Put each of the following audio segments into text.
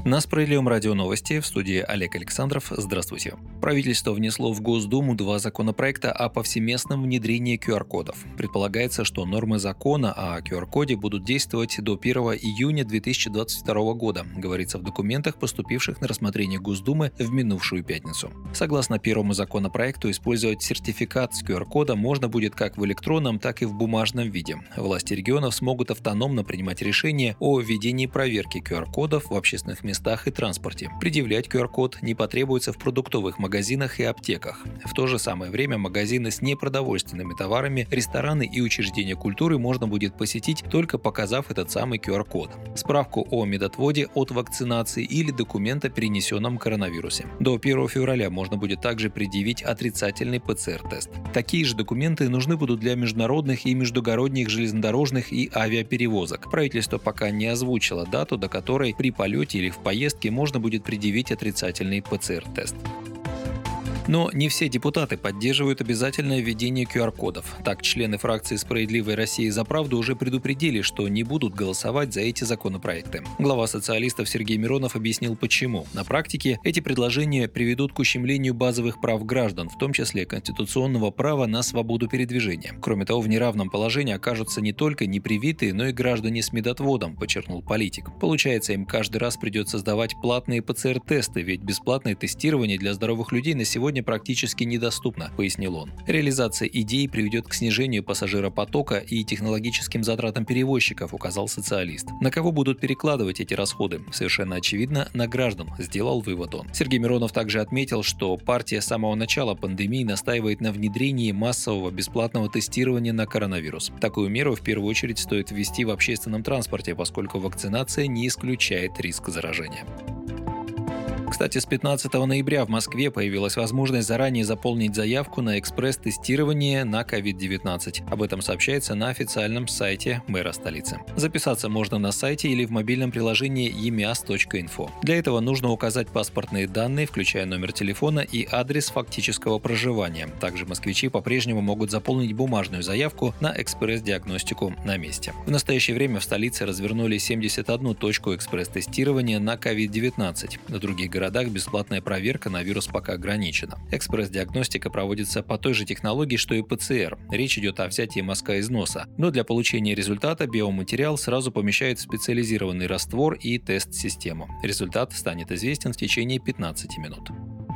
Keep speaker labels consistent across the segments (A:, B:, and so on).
A: На Справедливом радио новости, в студии Олег Александров. Здравствуйте. Правительство внесло в Госдуму два законопроекта о повсеместном внедрении QR-кодов. Предполагается, что нормы закона о QR-коде будут действовать до 1 июня 2022 года, говорится в документах, поступивших на рассмотрение Госдумы в минувшую пятницу. Согласно первому законопроекту, использовать сертификат с QR-кодом можно будет как в электронном, так и в бумажном виде. Власти регионов смогут автономно принимать решения о введении проверки QR-кодов в общественных местах и транспорте. Предъявлять QR-код не потребуется в продуктовых магазинах и аптеках. В то же самое время магазины с непродовольственными товарами, рестораны и учреждения культуры можно будет посетить, только показав этот самый QR-код, справку о медотводе от вакцинации или документ о перенесенном коронавирусе. До 1 февраля можно будет также предъявить отрицательный ПЦР-тест. Такие же документы нужны будут для международных и междугородних железнодорожных и авиаперевозок. Правительство пока не озвучило дату, до которой при полете или в поездке можно будет предъявить отрицательный ПЦР-тест. Но не все депутаты поддерживают обязательное введение QR-кодов. Так, члены фракции «Справедливой России за правду» уже предупредили, что не будут голосовать за эти законопроекты. Глава социалистов Сергей Миронов объяснил, почему. На практике эти предложения приведут к ущемлению базовых прав граждан, в том числе конституционного права на свободу передвижения. Кроме того, в неравном положении окажутся не только непривитые, но и граждане с медотводом, подчеркнул политик. Получается, им каждый раз придется сдавать платные ПЦР-тесты, ведь бесплатное тестирование для здоровых людей на сегодня практически недоступно, пояснил он. Реализация идеи приведет к снижению пассажиропотока и технологическим затратам перевозчиков, указал социалист. На кого будут перекладывать эти расходы? Совершенно очевидно, на граждан, сделал вывод он. Сергей Миронов также отметил, что партия с самого начала пандемии настаивает на внедрении массового бесплатного тестирования на коронавирус. Такую меру в первую очередь стоит ввести в общественном транспорте, поскольку вакцинация не исключает риск заражения. Кстати, с 15 ноября в Москве появилась возможность заранее заполнить заявку на экспресс-тестирование на COVID-19. Об этом сообщается на официальном сайте мэра столицы. Записаться можно на сайте или в мобильном приложении emias.info. Для этого нужно указать паспортные данные, включая номер телефона и адрес фактического проживания. Также москвичи по-прежнему могут заполнить бумажную заявку на экспресс-диагностику на месте. В настоящее время в столице развернули 71 точку экспресс-тестирования на COVID-19. В других городах бесплатная проверка на вирус пока ограничена. Экспресс-диагностика проводится по той же технологии, что и ПЦР. Речь идет о взятии мазка из носа. Но для получения результата биоматериал сразу помещают в специализированный раствор и тест-систему. Результат станет известен в течение 15 минут.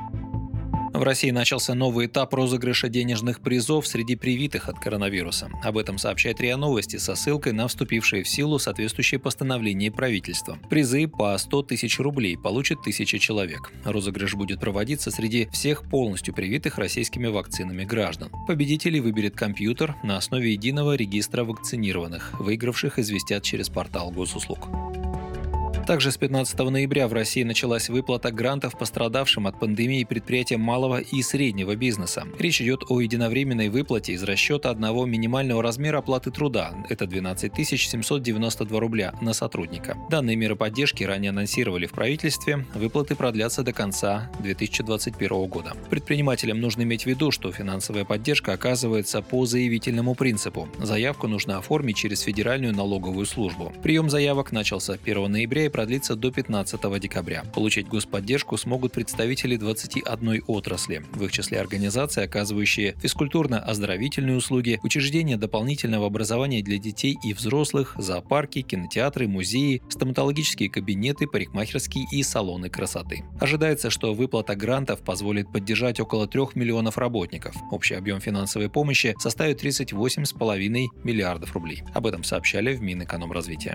A: В России начался новый этап розыгрыша денежных призов среди привитых от коронавируса. Об этом сообщает РИА Новости со ссылкой на вступившее в силу соответствующее постановление правительства. Призы по 100 тысяч рублей получат 1000 человек. Розыгрыш будет проводиться среди всех полностью привитых российскими вакцинами граждан. Победителей выберет компьютер на основе единого регистра вакцинированных. Выигравших известят через портал госуслуг. Также с 15 ноября в России началась выплата грантов пострадавшим от пандемии предприятиям малого и среднего бизнеса. Речь идет о единовременной выплате из расчета одного минимального размера оплаты труда – это 12 792 рубля на сотрудника. Данные меры поддержки ранее анонсировали в правительстве. Выплаты продлятся до конца 2021 года. Предпринимателям нужно иметь в виду, что финансовая поддержка оказывается по заявительному принципу. Заявку нужно оформить через Федеральную налоговую службу. Прием заявок начался 1 ноября и продлится до 15 декабря. Получить господдержку смогут представители 21 отрасли, в их числе организации, оказывающие физкультурно-оздоровительные услуги, учреждения дополнительного образования для детей и взрослых, зоопарки, кинотеатры, музеи, стоматологические кабинеты, парикмахерские и салоны красоты. Ожидается, что выплата грантов позволит поддержать около 3 миллионов работников. Общий объем финансовой помощи составит 38,5 миллиардов рублей. Об этом сообщали в Минэкономразвития.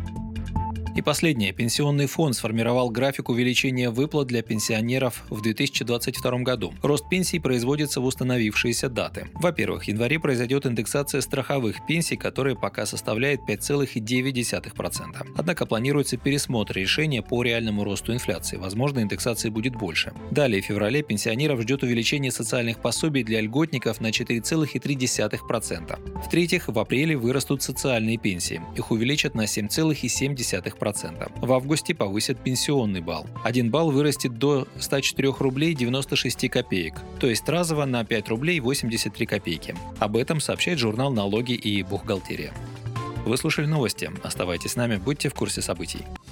A: И последнее. Пенсионный фонд сформировал график увеличения выплат для пенсионеров в 2022 году. Рост пенсий производится в установившиеся даты. Во-первых, в январе произойдет индексация страховых пенсий, которая пока составляет 5,9%. Однако планируется пересмотр решения по реальному росту инфляции. Возможно, индексации будет больше. Далее, в феврале пенсионеров ждет увеличение социальных пособий для льготников на 4,3%. В-третьих, в апреле вырастут социальные пенсии. Их увеличат на 7,7%. В августе повысят пенсионный балл. 1 балл вырастет до 104 рублей 96 копеек, то есть разово на 5 рублей 83 копейки. Об этом сообщает журнал «Налоги и бухгалтерия». Вы слушали новости. Оставайтесь с нами, будьте в курсе событий.